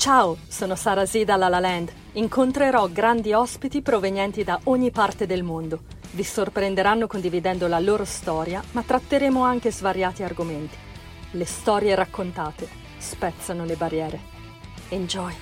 Ciao, sono Sara Z da La La Land. Incontrerò grandi ospiti provenienti da ogni parte del mondo. Vi sorprenderanno condividendo la loro storia, ma tratteremo anche svariati argomenti. Le storie raccontate spezzano le barriere. Enjoy!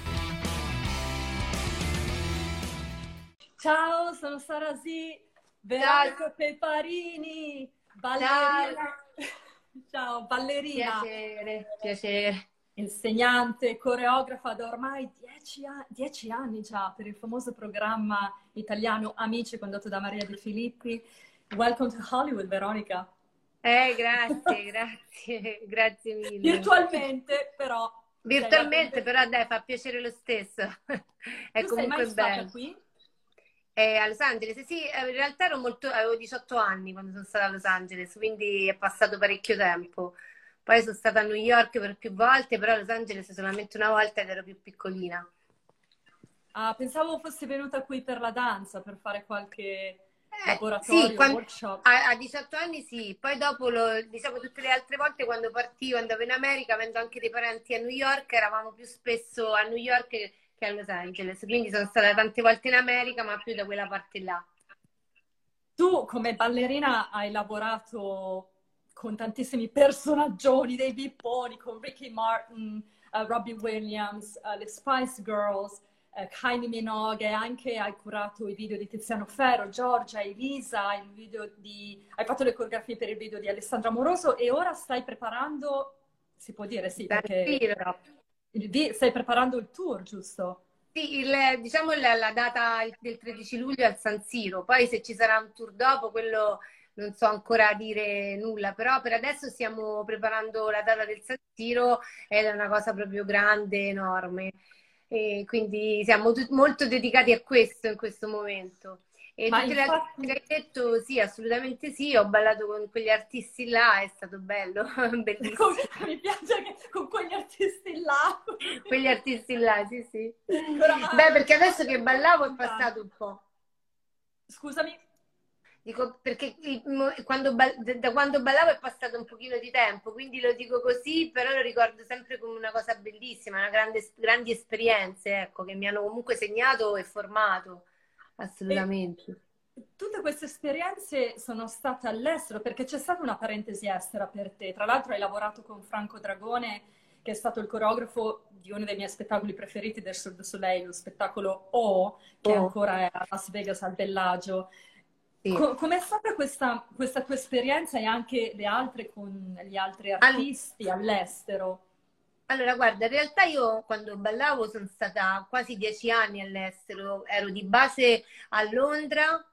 Ciao, sono Sara Z, Veronica Peparini, ballerina. Ciao, ballerina. Piacere. Insegnante, coreografa da ormai 10 anni già per il famoso programma italiano Amici condotto da Maria De Filippi. Welcome to Hollywood, Veronica. Grazie mille. Virtualmente, però. Virtualmente, però dai, fa piacere lo stesso. È Tu sei comunque mai stata bello. qui? A Los Angeles, sì, in realtà avevo 18 anni quando sono stata a Los Angeles, quindi è passato parecchio tempo. Poi sono stata a New York per più volte, però a Los Angeles solamente una volta ed ero più piccolina. Ah, pensavo fossi venuta qui per la danza, per fare qualche Sì, laboratorio, workshop. a 18 anni sì, poi dopo, diciamo tutte le altre volte quando partivo, andavo in America, avendo anche dei parenti a New York, eravamo più spesso a New York che a Los Angeles, quindi sono stata tante volte in America, ma più da quella parte là. Tu come ballerina hai lavorato con tantissimi personaggioni, dei bipponi, con Ricky Martin, Robbie Williams, le Spice Girls, Kylie Minogue, e anche hai curato i video di Tiziano Ferro, Giorgia, Elisa, hai fatto le coreografie per il video di Alessandra Moroso e ora stai preparando, si può dire sì, San perché Siro. stai preparando il tour, giusto? Sì, diciamo la data del 13 luglio al San Siro, poi se ci sarà un tour dopo, quello non so ancora dire nulla, però per adesso stiamo preparando la data del San Siro ed è una cosa proprio grande, enorme, e quindi siamo molto dedicati a questo in questo momento. E Ma tutte le altre cose infatti... che hai detto, sì, assolutamente sì, ho ballato con quegli artisti là, è stato bello, bellissimo. Mi piace che con quegli artisti là. Quegli artisti là, sì, sì. Beh, Oramai perché adesso che ballavo è lontano. passato un po'. Scusami? Dico, perché da quando ballavo è passato un pochino di tempo, quindi lo dico così, però lo ricordo sempre come una cosa bellissima, grandi esperienze, ecco, che mi hanno comunque segnato e formato, E assolutamente. tutte queste esperienze sono state all'estero perché c'è stata una parentesi estera per te. Tra l'altro hai lavorato con Franco Dragone, che è stato il coreografo di uno dei miei spettacoli preferiti del Cirque du Soleil, lo spettacolo O, che Oh, ancora è a Las Vegas al Bellagio. sì. Com'è stata questa tua esperienza e anche le altre con gli altri All- artisti all'estero? Allora, guarda, in realtà io quando ballavo sono stata quasi 10 anni all'estero, ero di base a Londra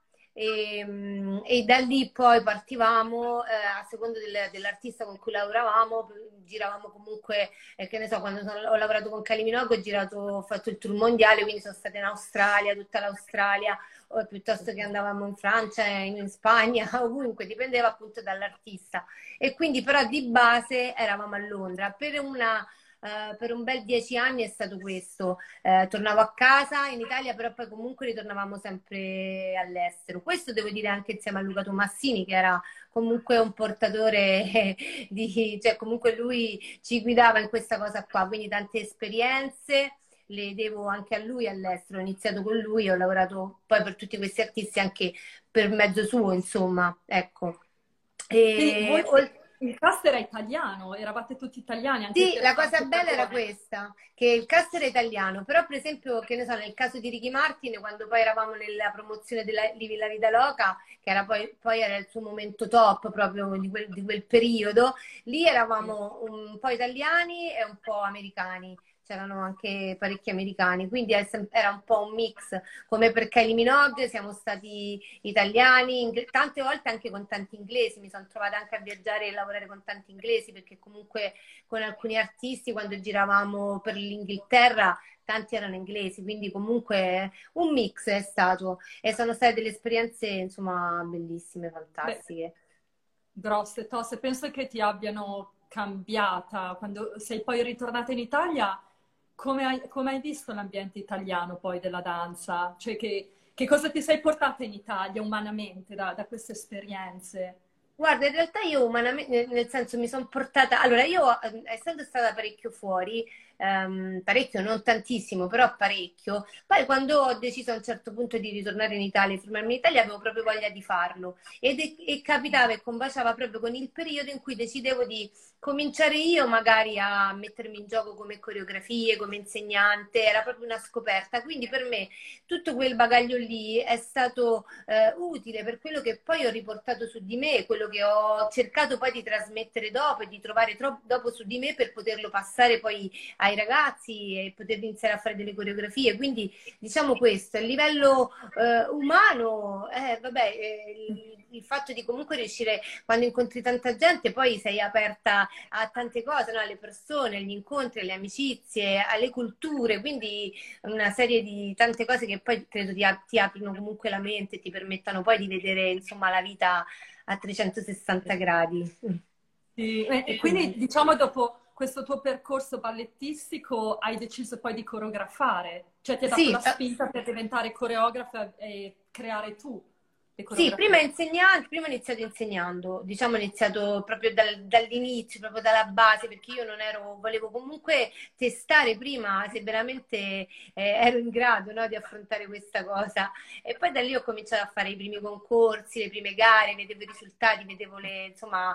e da lì poi partivamo, a seconda dell'artista con cui lavoravamo, giravamo comunque, che ne so, quando ho lavorato con Kylie Minogue ho fatto il tour mondiale, quindi sono stata in Australia, tutta l'Australia, o piuttosto che andavamo in Francia, in Spagna, ovunque, dipendeva appunto dall'artista. E quindi però di base eravamo a Londra per un bel 10 anni è stato questo. Tornavo a casa in Italia, però poi comunque ritornavamo sempre all'estero. Questo devo dire anche insieme a Luca Tomassini, che era comunque un portatore cioè comunque lui ci guidava in questa cosa qua, quindi tante esperienze. Le devo anche a lui all'estero, ho iniziato con lui, ho lavorato poi per tutti questi artisti anche per mezzo suo, insomma, ecco. Quindi E, il cast era italiano, eravate tutti italiani, anche Sì, per la cosa Franco bella era Dragone. questa, che il cast era italiano, però per esempio, che ne so, nel caso di Ricky Martin, quando poi eravamo nella promozione della Livi la Vita Loca, che era poi era il suo momento top proprio di quel periodo, lì Sì. eravamo un po' italiani e un po' americani, c'erano anche parecchi americani, quindi era un po' un mix, come per Kylie Minogue siamo stati italiani, tante volte anche con tanti inglesi, mi sono trovata anche a viaggiare e lavorare con tanti inglesi, perché comunque con alcuni artisti quando giravamo per l'Inghilterra, tanti erano inglesi, quindi comunque un mix è stato e sono state delle esperienze insomma bellissime, Beh, fantastiche. grosse, toste, penso che ti abbiano cambiata. Quando sei poi ritornata in Italia, come hai visto l'ambiente italiano poi della danza? Cioè, che cosa ti sei portata in Italia umanamente da queste esperienze? Guarda, in realtà io umanamente, nel senso mi sono portata, allora io essendo stata parecchio fuori, parecchio, non tantissimo, però parecchio. Poi quando ho deciso a un certo punto di ritornare in Italia, di fermarmi in Italia, avevo proprio voglia di farlo. E capitava e combaciava proprio con il periodo in cui decidevo di cominciare io magari a mettermi in gioco come coreografie, come insegnante, era proprio una scoperta. Quindi per me tutto quel bagaglio lì è stato utile per quello che poi ho riportato su di me, quello che ho cercato poi di trasmettere dopo e di trovare dopo su di me per poterlo passare poi ai ragazzi e poter iniziare a fare delle coreografie. Quindi diciamo questo, a livello umano, vabbè, il fatto di comunque riuscire, quando incontri tanta gente, poi sei aperta a tante cose, no? Alle persone, agli incontri, alle amicizie, alle culture, quindi una serie di tante cose che poi credo ti aprino comunque la mente e ti permettano poi di vedere insomma la vita a 360 gradi. Sì. E quindi diciamo dopo questo tuo percorso ballettistico hai deciso poi di coreografare, cioè ti ha dato Sì, la spinta per diventare coreografa e creare tu le sì, prima coreografie. prima ho iniziato insegnando, diciamo ho iniziato proprio dall'inizio, proprio dalla base, perché io non ero, volevo comunque testare prima se veramente ero in grado, no, di affrontare questa cosa. E poi da lì ho cominciato a fare i primi concorsi, le prime gare, vedevo i risultati, vedevo insomma,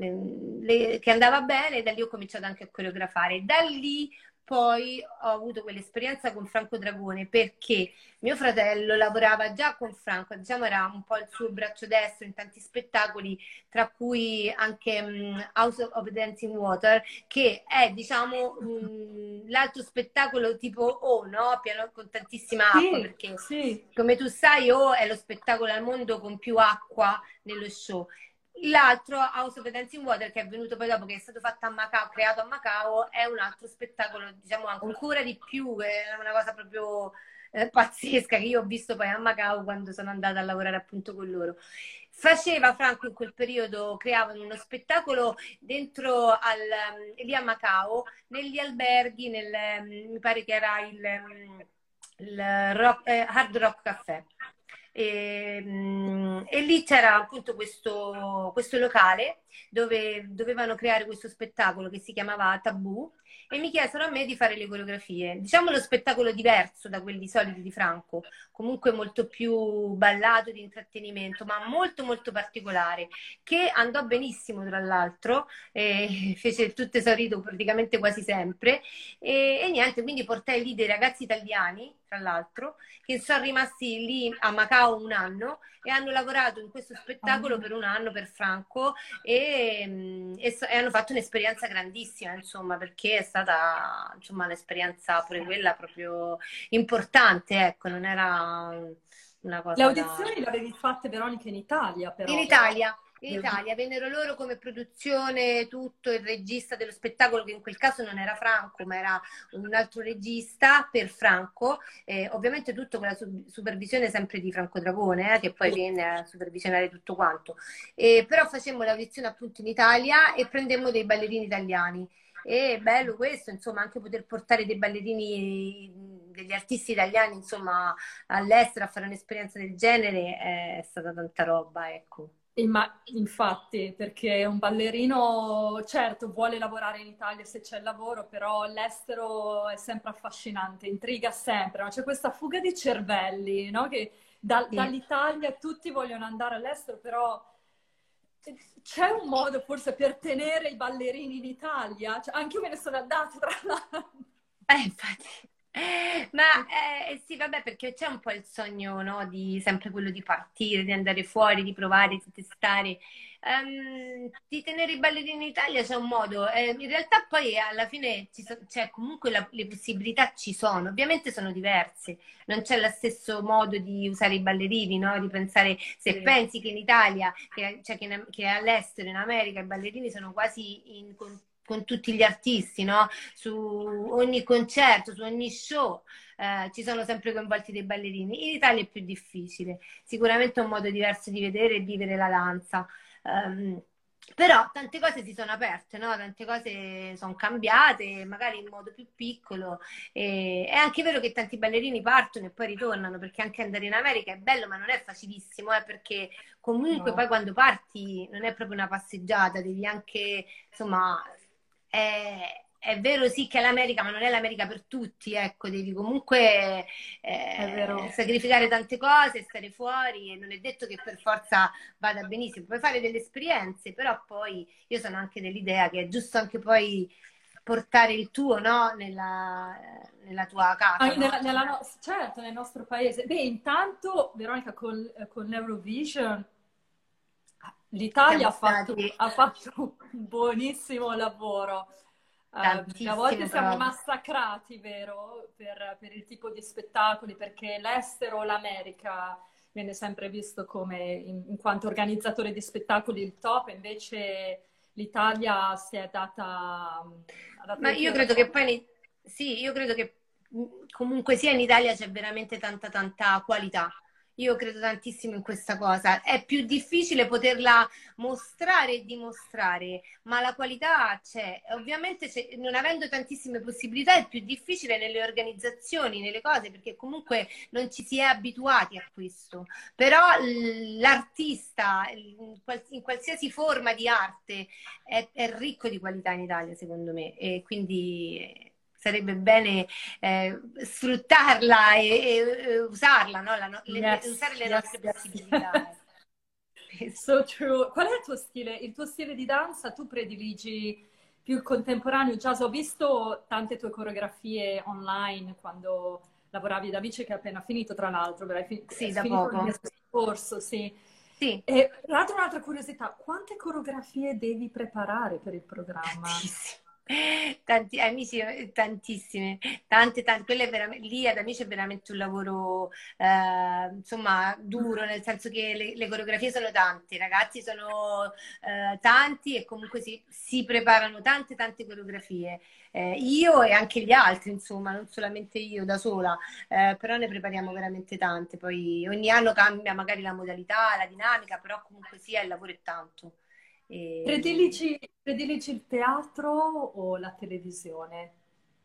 che andava bene, e da lì ho cominciato anche a coreografare. Da lì poi ho avuto quell'esperienza con Franco Dragone perché mio fratello lavorava già con Franco, diciamo era un po' il suo braccio destro in tanti spettacoli, tra cui anche House of Dancing Water, che è diciamo l'altro spettacolo tipo O, no? Piano con tantissima acqua, Sì, perché sì. come tu sai O è lo spettacolo al mondo con più acqua nello show. L'altro, House of Dancing Water, che è venuto poi dopo, che è stato fatto a Macao, creato a Macao, è un altro spettacolo, diciamo, ancora di più, è una cosa proprio pazzesca che io ho visto poi a Macao quando sono andata a lavorare appunto con loro. Faceva Franco in quel periodo, creavano uno spettacolo dentro lì a Macao, negli alberghi, mi pare che era il Hard Rock Café. E lì c'era appunto questo locale dove dovevano creare questo spettacolo che si chiamava Tabù e mi chiesero a me di fare le coreografie. Diciamo lo spettacolo diverso da quelli soliti di Franco, comunque molto più ballato di intrattenimento, ma molto molto particolare, che andò benissimo tra l'altro, fece tutto esaurito praticamente quasi sempre e niente, quindi portai lì dei ragazzi italiani, tra l'altro, che sono rimasti lì a Macao un anno e hanno lavorato in questo spettacolo per un anno per Franco e hanno fatto un'esperienza grandissima, insomma, perché è stata insomma un'esperienza pure quella proprio importante, ecco, non era una Le cosa da... audizioni le avevi fatte, Veronica, in Italia In però, vero? Italia, in Italia vennero loro come produzione, tutto il regista dello spettacolo, che in quel caso non era Franco, ma era un altro regista per Franco, ovviamente tutto con la supervisione sempre di Franco Dragone, che poi viene a supervisionare tutto quanto. Però facemmo l'audizione appunto in Italia e prendemmo dei ballerini italiani. E bello questo, insomma, anche poter portare dei ballerini, degli artisti italiani, insomma, all'estero a fare un'esperienza del genere è stata tanta roba, ecco. Ma infatti, perché un ballerino, certo, vuole lavorare in Italia se c'è il lavoro, però l'estero è sempre affascinante, intriga sempre, no? C'è questa fuga di cervelli, no? Che Sì. dall'Italia tutti vogliono andare all'estero, però c'è un modo forse per tenere i ballerini in Italia? Cioè, anche io me ne sono andata, tra l'altro. Infatti. Ma sì, vabbè, perché c'è un po' il sogno, no? Di sempre quello di partire, di andare fuori, di provare, di testare. Di tenere i ballerini in Italia c'è un modo. In realtà poi alla fine cioè, comunque le possibilità ci sono. Ovviamente sono diverse. Non c'è lo stesso modo di usare i ballerini, no? Di pensare, se Sì, pensi che in Italia, cioè che all'estero, in America, i ballerini sono quasi con tutti gli artisti, no? Su ogni concerto, su ogni show, ci sono sempre coinvolti dei ballerini. In Italia è più difficile, sicuramente è un modo diverso di vedere e vivere la danza. Ehm, Però tante cose si sono aperte, no? Tante cose sono cambiate, magari in modo più piccolo. È anche vero che tanti ballerini partono e poi ritornano, perché anche andare in America è bello, ma non è facilissimo, perché comunque poi no. quando parti non è proprio una passeggiata, devi anche, insomma, è, è vero sì che è l'America, ma non è l'America per tutti, ecco, devi comunque È vero. sacrificare tante cose, stare fuori e non è detto che per forza vada benissimo, puoi fare delle esperienze, però poi io sono anche dell'idea che è giusto anche poi portare il tuo, no? Nella tua casa, no? Certo, nel nostro paese. Beh, intanto, Veronica, con l'Eurovision l'Italia Siamo stati ha fatto un buonissimo lavoro. A volte tantissimo siamo proprio. massacrati, vero, per il tipo di spettacoli, perché l'estero o l'America viene sempre visto come, in quanto organizzatore di spettacoli, il top, invece l'Italia si è data, ha dato Ma il io fiore credo che all'occhio. poi, sì, io credo che comunque sia in Italia c'è veramente tanta qualità. Io credo tantissimo in questa cosa. È più difficile poterla mostrare e dimostrare, ma la qualità c'è. Ovviamente non avendo tantissime possibilità è più difficile nelle organizzazioni, nelle cose, perché comunque non ci si è abituati a questo. Però l'artista, in qualsiasi forma di arte, è ricco di qualità in Italia, secondo me, e quindi sarebbe bene sfruttarla e usarla, no? Usare Yes, le yes, nostre yes. possibilità. Questo. So true. Qual è il tuo stile? Il tuo stile di danza? Tu prediligi più il contemporaneo jazz? Ho visto tante tue coreografie online quando lavoravi da Vice, che è appena finito, tra l'altro, è Sì, da finito il poco. mese scorso, sì. Sì, E tra l'altro un'altra curiosità, quante coreografie devi preparare per il programma? tantissimo. Tanti amici, tantissime, tante, quelle lì ad Amici è veramente un lavoro insomma duro, nel senso che le coreografie sono tante, i ragazzi sono tanti e comunque si preparano tante coreografie. Io e anche gli altri, insomma, non solamente io da sola, però ne prepariamo veramente tante. Poi ogni anno cambia magari la modalità, la dinamica, però comunque sia il lavoro è tanto. E, Prediligi il teatro o la televisione?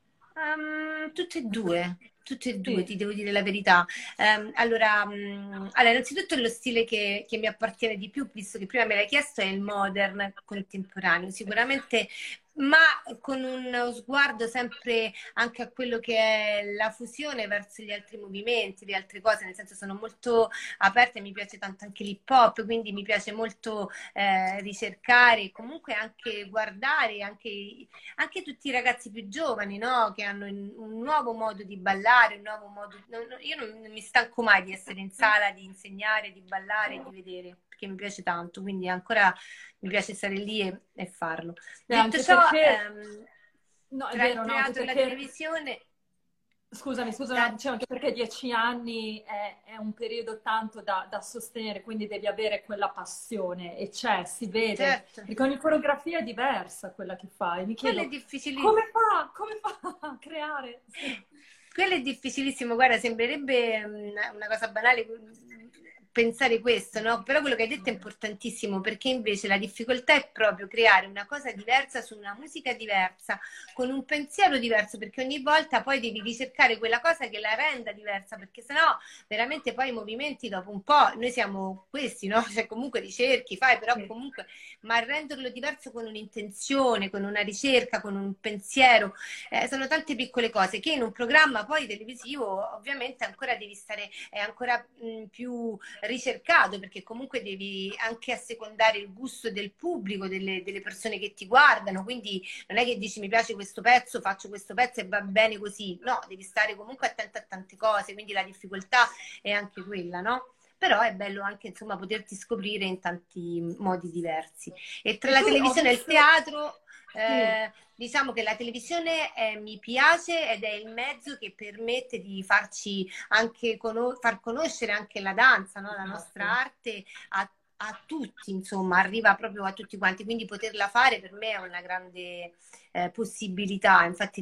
Tutte e due, Sì. ti devo dire la verità. Allora, allora, innanzitutto lo stile che mi appartiene di più, visto che prima me l'hai chiesto, è il modern contemporaneo, sicuramente, ma con uno sguardo sempre anche a quello che è la fusione verso gli altri movimenti, le altre cose, nel senso sono molto aperta e mi piace tanto anche l'hip hop, quindi mi piace molto ricercare e comunque anche guardare anche tutti i ragazzi più giovani, no? Che hanno un nuovo modo di ballare, un nuovo modo. Io non mi stanco mai di essere in sala, di insegnare, di ballare e di vedere, perché mi piace tanto, quindi ancora mi piace stare lì e farlo. Detto Anche ciò, perché, no, è tra il vero, no, anche teatro e la perché televisione, scusami, no, tra- dicevo anche perché 10 anni è un periodo tanto da sostenere, quindi devi avere quella passione e c'è, si vede, certo, perché ogni coreografia è diversa quella che fai. Mi quello è chiedo difficilissimo. come fa a creare? Sì. Quello è difficilissimo, guarda, sembrerebbe una cosa banale pensare questo, no? Però quello che hai detto è importantissimo perché invece la difficoltà è proprio creare una cosa diversa su una musica diversa, con un pensiero diverso, perché ogni volta poi devi ricercare quella cosa che la renda diversa, perché sennò veramente poi i movimenti dopo un po', noi siamo questi, no? Cioè comunque ricerchi, fai, però Sì. comunque, ma renderlo diverso con un'intenzione, con una ricerca, con un pensiero sono tante piccole cose che in un programma poi televisivo ovviamente ancora devi stare, è ancora più ricercato perché comunque devi anche assecondare il gusto del pubblico, delle persone che ti guardano, quindi non è che dici mi piace questo pezzo, faccio questo pezzo e va bene così, no, devi stare comunque attento a tante cose, quindi la difficoltà è anche quella, no? Però è bello anche insomma poterti scoprire in tanti modi diversi. E tra E la tu ho televisione e il visto, teatro, sì, diciamo che la televisione mi piace ed è il mezzo che permette di farci anche far conoscere anche la danza, no? La nostra esatto. arte a tutti, insomma, arriva proprio a tutti quanti, quindi poterla fare per me è una grande possibilità. Infatti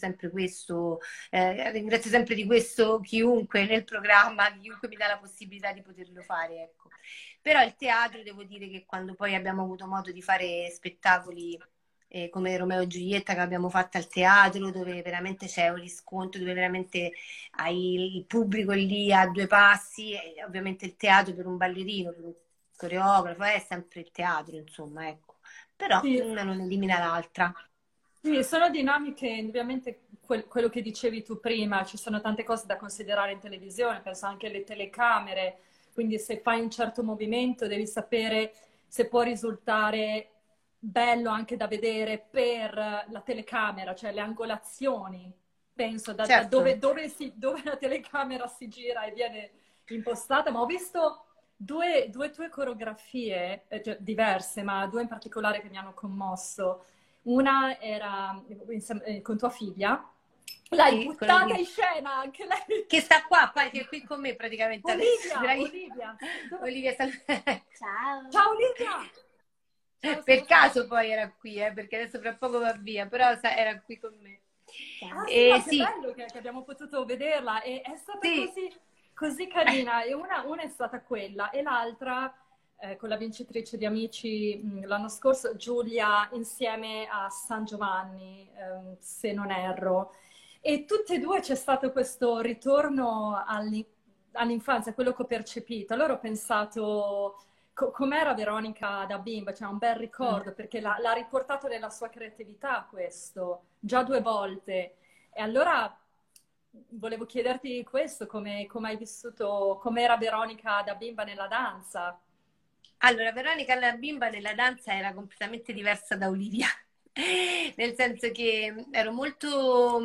ringrazio sempre di questo chiunque nel programma, chiunque mi dà la possibilità di poterlo fare, ecco. Però il teatro, devo dire che quando poi abbiamo avuto modo di fare spettacoli come Romeo e Giulietta che abbiamo fatto al teatro, dove veramente c'è un riscontro, dove veramente hai il pubblico lì a due passi, e ovviamente il teatro per un ballerino, per un coreografo, è sempre il teatro, insomma, ecco. Però Sì. una non elimina l'altra. Sì, sono dinamiche, indubbiamente quello che dicevi tu prima, ci sono tante cose da considerare in televisione, penso anche alle telecamere, quindi se fai un certo movimento devi sapere se può risultare bello anche da vedere per la telecamera, cioè le angolazioni, penso, da Certo. dove la telecamera si gira e viene impostata, ma ho visto due tue coreografie, cioè, diverse, ma due in particolare che mi hanno commosso. Una era con tua figlia, l'hai Sì, con buttata Olivia. in scena anche lei. Che sta qua, poi, che è qui con me praticamente adesso. Olivia, Olivia, Olivia, ciao. ciao Olivia! Ciao, Per ciao, ciao. caso poi era qui, perché adesso fra poco va via, però era qui con me. Ah sì, no, E che sì, bello che abbiamo potuto vederla e è stata sì. così carina. E una è stata quella e l'altra con la vincitrice di Amici l'anno scorso, Giulia, insieme a San Giovanni, se non erro. E tutte e due c'è stato questo ritorno all'infanzia, quello che ho percepito. Allora ho pensato com'era Veronica da bimba, c'è un bel Mm. ricordo perché l'ha riportato nella sua creatività questo, già due volte. E allora volevo chiederti questo, come hai vissuto, com'era Veronica da bimba nella danza? Allora, Veronica la bimba nella danza era completamente diversa da Olivia, nel senso che ero molto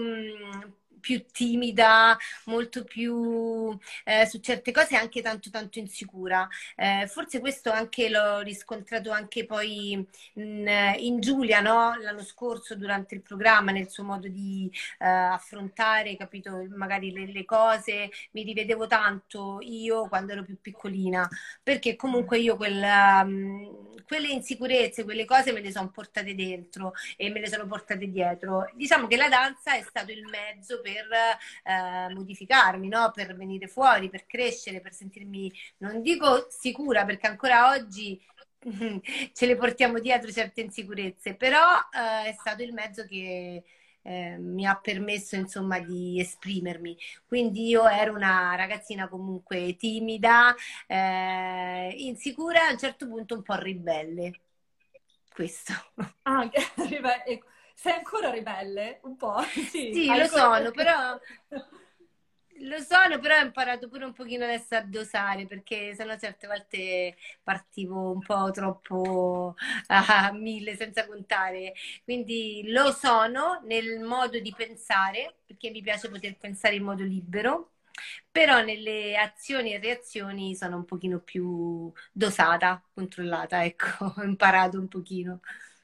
più timida, molto più su certe cose anche tanto tanto insicura. Forse questo anche l'ho riscontrato anche poi in Giulia, no? L'anno scorso durante il programma, nel suo modo di affrontare, capito, magari le cose. Mi rivedevo tanto io quando ero più piccolina perché comunque io quelle insicurezze, quelle cose me le sono portate dentro e me le sono portate dietro. Diciamo che la danza è stato il mezzo per modificarmi, no? Per venire fuori, per crescere, per sentirmi, non dico sicura, perché ancora oggi ce le portiamo dietro certe insicurezze, però è stato il mezzo che mi ha permesso insomma di esprimermi. Quindi io ero una ragazzina comunque timida, insicura, a un certo punto un po' ribelle. Questo. Ah, sei ancora ribelle? Un po'? Sì, Sì, hai lo ancora sono, qualche... però lo sono, però ho imparato pure un pochino adesso a dosare, perché sennò certe volte partivo un po' troppo a mille senza contare. Quindi lo sono nel modo di pensare, perché mi piace poter pensare in modo libero, però nelle azioni e reazioni sono un pochino più dosata, controllata, ecco, ho imparato un pochino.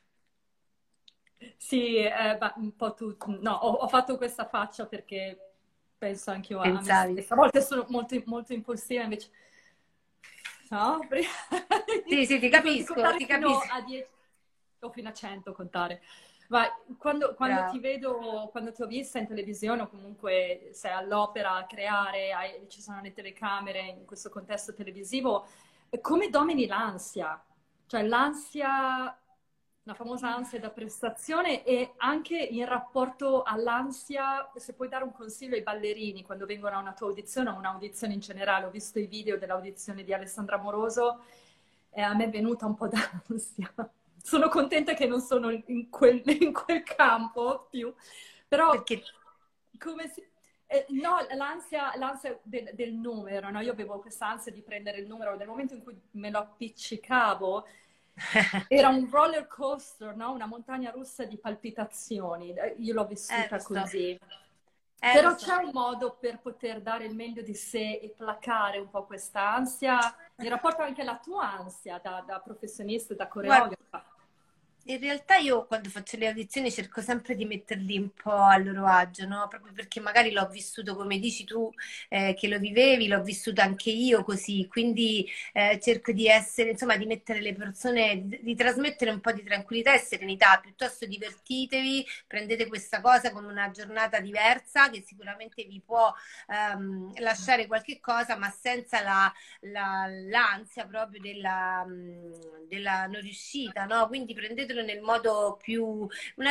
Sì, un po' tutti. No, ho fatto questa faccia perché penso anche io a me Pensavi? stessa. A volte sono molto, molto impulsiva, invece... No, Sì, sì, di contare ti fino capisco. a 10 o fino a 100 contare. Ma quando ti Brava. vedo, quando ti ho vista in televisione o comunque sei all'opera a creare, ci sono le telecamere in questo contesto televisivo, come domini l'ansia? Cioè l'ansia, la famosa ansia da prestazione e anche in rapporto all'ansia, se puoi dare un consiglio ai ballerini quando vengono a una tua audizione o un'audizione in generale. Ho visto i video dell'audizione di Alessandra Moroso e a me è venuta un po' d'ansia. Sono contenta che non sono in quel campo più, però Perché come si... no, l'ansia del numero, no? Io avevo questa ansia di prendere il numero, nel momento in cui me lo appiccicavo, era un roller coaster, no? Una montagna russa di palpitazioni. Io l'ho lo vissuta so, così. lo Però so. c'è un modo per poter dare il meglio di sé e placare un po' questa ansia, in rapporto anche alla tua ansia da professionista, da Guarda, coreografa. in realtà io quando faccio le audizioni cerco sempre di metterli un po' a loro agio, no? Proprio perché magari l'ho vissuto come dici tu, che lo vivevi, l'ho vissuto anche io così, quindi cerco di essere, insomma, di mettere le persone, di trasmettere un po' di tranquillità e serenità, piuttosto divertitevi, prendete questa cosa come una giornata diversa che sicuramente vi può lasciare qualche cosa, ma senza l'ansia proprio della non riuscita, no? Quindi prendete vederlo nel modo più,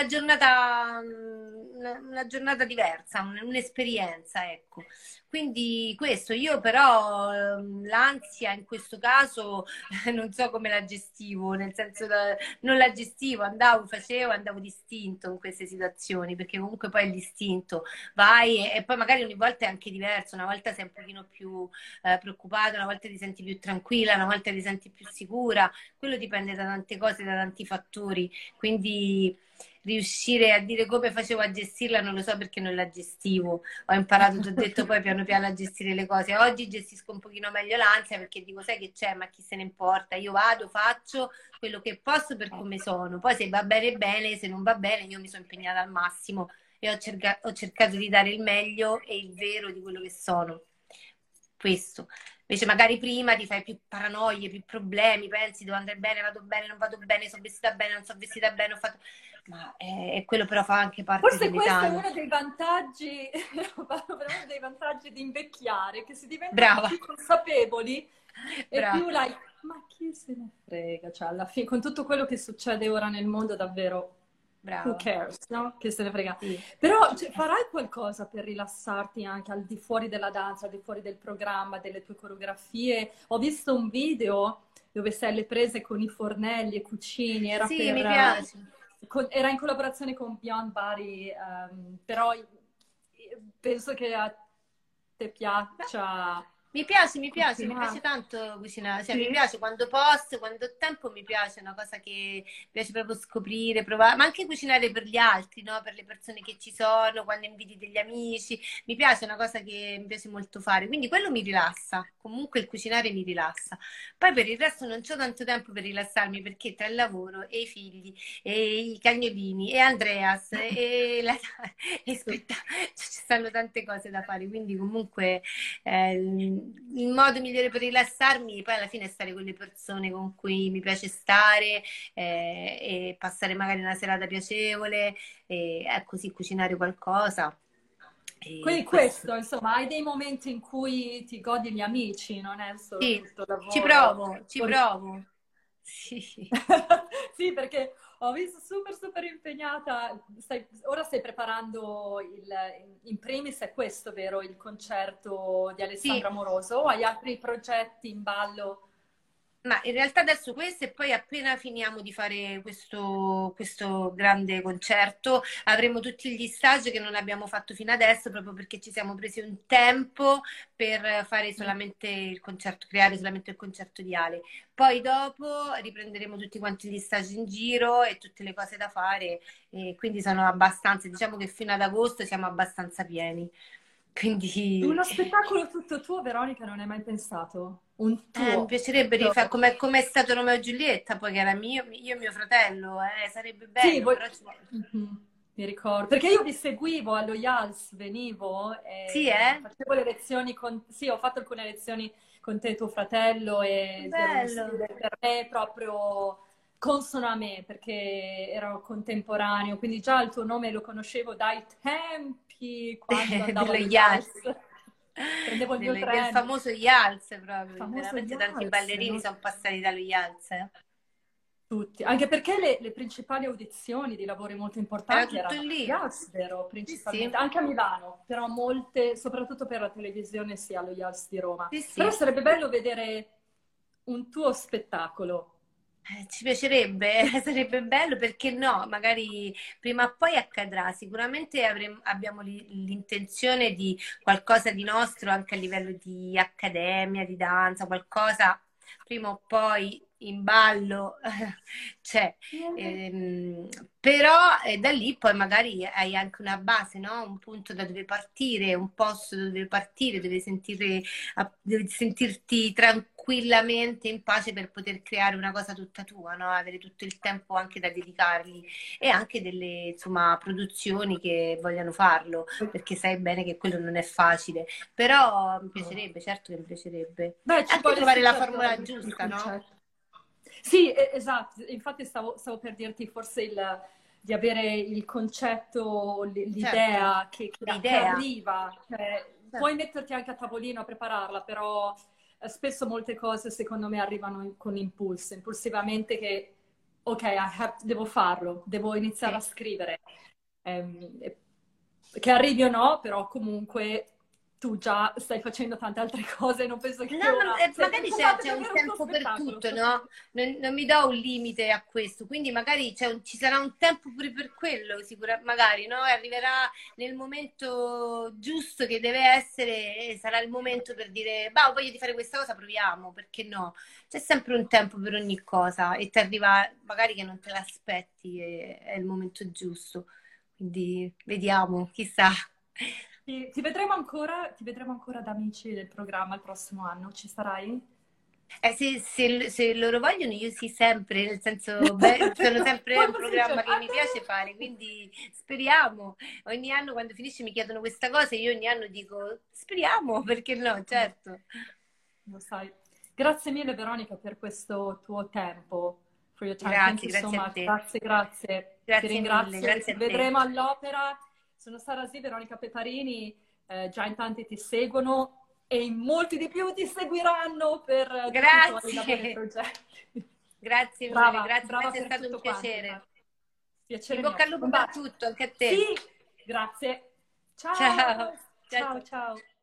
una giornata diversa, un'esperienza, ecco. Quindi questo, io però l'ansia in questo caso non so come la gestivo, nel senso non la gestivo, andavo d'istinto in queste situazioni, perché comunque poi è l'istinto, vai e poi magari ogni volta è anche diverso, una volta sei un pochino più preoccupata, una volta ti senti più tranquilla, una volta ti senti più sicura, quello dipende da tante cose, da tanti fattori, quindi riuscire a dire come facevo a gestirla non lo so perché non la gestivo, ho imparato, ti ho detto poi piano piano a gestire le cose, oggi gestisco un pochino meglio l'ansia perché dico sai che c'è, ma chi se ne importa, io vado, faccio quello che posso per come sono, poi se va bene bene, se non va bene io mi sono impegnata al massimo e ho cercato di dare il meglio e il vero di quello che sono. Questo. Invece magari prima ti fai più paranoie, più problemi, pensi devo andare bene, non vado bene, sono vestita bene, non sono vestita bene, ho fatto... Ma quello però fa anche parte Forse questo dell'età. è uno dei vantaggi, uno dei vantaggi di invecchiare, che si diventa Brava, più consapevoli e brava, più like, ma chi se ne frega? Cioè, alla fine, con tutto quello che succede ora nel mondo, davvero, who brava. cares, no? Che se ne frega. Sì. Però cioè, farai qualcosa per rilassarti anche al di fuori della danza, al di fuori del programma, delle tue coreografie? Ho visto un video dove sei alle prese con i fornelli e cucini, era Sì, per... mi piace. era in collaborazione con Beyond Body, però penso che a te piaccia Mi piace cucinare. tanto cucinare, cioè mi Sì? piace quando posso, quando ho tempo mi piace, è una cosa che mi piace proprio scoprire, provare, ma anche cucinare per gli altri, no? Per le persone che ci sono, quando inviti degli amici, mi piace, è una cosa che mi piace molto fare, quindi quello mi rilassa, comunque il cucinare mi rilassa. Poi per il resto non c'ho tanto tempo per rilassarmi perché tra il lavoro e i figli e i cagnolini e Andreas e ci stanno tante cose da fare, quindi comunque il modo migliore per rilassarmi poi alla fine è stare con le persone con cui mi piace stare e passare magari una serata piacevole e così cucinare qualcosa. E Quindi questo. questo, insomma, hai dei momenti in cui ti godi gli amici, non è solo Sì, tutto lavoro. ci provo. Sì. Sì, perché ho visto super super impegnata. Ora stai preparando in primis è questo, vero? Il concerto di Sì, Alessandra Moroso o hai altri progetti in ballo? ma in realtà adesso questo e poi appena finiamo di fare questo grande concerto avremo tutti gli stage che non abbiamo fatto fino adesso proprio perché ci siamo presi un tempo per fare solamente il concerto, creare solamente il concerto di Ale. Poi dopo riprenderemo tutti quanti gli stage in giro e tutte le cose da fare e quindi sono abbastanza, diciamo che fino ad agosto siamo abbastanza pieni. Quindi Uno spettacolo tutto tuo, Veronica, non hai mai pensato? Un mi tuo, piacerebbe tutto. rifare come è stato Romeo e Giulietta, poi che era io e mio fratello, sarebbe Sì, bello, però ci vuole. Mhm. Mi ricordo, perché io vi seguivo allo IALS, venivo Sì, e facevo le lezioni con... Sì, ho fatto alcune lezioni con te e tuo fratello Che e devo bello. dire, per me proprio consono a me, perché ero contemporaneo, quindi già il tuo nome lo conoscevo dai tempi quando andavo Dello allo IALS, IALS. Prendevo il mio del treno, famoso IALS il proprio, famoso veramente tanti IALS, ballerini no? sono passati dallo IALS. Tutti, anche perché le principali audizioni di lavori molto Era importanti tutto erano a lì. IALS, vero? Sì, sì, Principalmente, anche a Milano, però molte, soprattutto per la televisione, sì, allo IALS di Roma. sì, Però sì. sarebbe bello vedere un tuo spettacolo. Ci piacerebbe, sarebbe bello perché no, magari prima o poi accadrà. Sicuramente abbiamo l'intenzione di qualcosa di nostro anche a livello di accademia, di danza, qualcosa prima o poi in ballo c'è. Ehm, però da lì poi magari hai anche una base, no? Un punto da dove partire, un posto da dove partire, devi sentirti tranquillamente in pace per poter creare una cosa tutta tua, no? Avere tutto il tempo anche da dedicargli e anche delle, insomma, produzioni che vogliano farlo, perché sai bene che quello non è facile. Però mi piacerebbe, certo che mi piacerebbe. Beh, ci Anche vuole trovare sì la certo formula il giusta, no? concetto. Sì, esatto, infatti stavo per dirti forse di avere il concetto, Certo, l'idea che l'idea. arriva, cioè, Certo. puoi metterti anche a tavolino a prepararla, però spesso molte cose secondo me arrivano con impulso, impulsivamente che ok, devo farlo, devo iniziare a scrivere. Ehm, che arrivi o no, però comunque tu già stai facendo tante altre cose, non penso che No, ora sei magari preoccupata c'è di un avere un tuo tempo per spettacolo. tutto, no? Non mi do un limite a questo, quindi magari ci sarà un tempo pure per quello, magari, no? E arriverà nel momento giusto che deve essere e sarà il momento per dire, bah, voglio di fare questa cosa, proviamo, perché no? C'è sempre un tempo per ogni cosa e ti arriva magari che non te l'aspetti e è il momento giusto. Quindi vediamo, chissà. Ti vedremo ancora da amici del programma il prossimo anno, ci sarai? Se loro vogliono, io sì, sempre, nel senso, beh, sono sempre un Quando si dice, programma che mi piace fare, quindi speriamo. Ogni anno quando finisce mi chiedono questa cosa e io ogni anno dico, speriamo, perché no, certo. lo sai. Grazie mille Veronica per questo tuo tempo. For your time. Thank Grazie, you so grazie a much. te. Grazie, grazie. Ti Grazie mille, ringrazio e grazie ci a te. vedremo all'opera. Sono Sara Z, Veronica Peparini, già in tanti ti seguono e in molti di più ti seguiranno per tutti i tuoi lavori e Grazie, progetti. grazie mille, Brava, grazie, brava grazie, è per stato un tutto quanto. piacere. In Piacere bocca mio. al lupo Un per bacio. tutto, anche a Sì, te. grazie. Ciao, Ciao, ciao, ciao, ciao. ciao.